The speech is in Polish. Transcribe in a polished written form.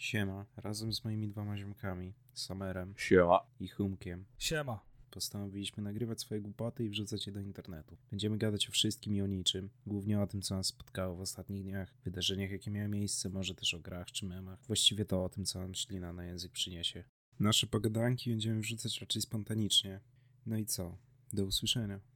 Siema, razem z moimi dwoma ziomkami, Samerem Siema. i Humkiem, Siema. postanowiliśmy nagrywać swoje głupoty i wrzucać je do internetu. Będziemy gadać o wszystkim i o niczym, głównie o tym, co nas spotkało w ostatnich dniach, wydarzeniach, jakie miały miejsce, może też o grach czy memach. Właściwie to o tym, co nam ślina na język przyniesie. Nasze pogadanki będziemy wrzucać raczej spontanicznie. No i co? Do usłyszenia.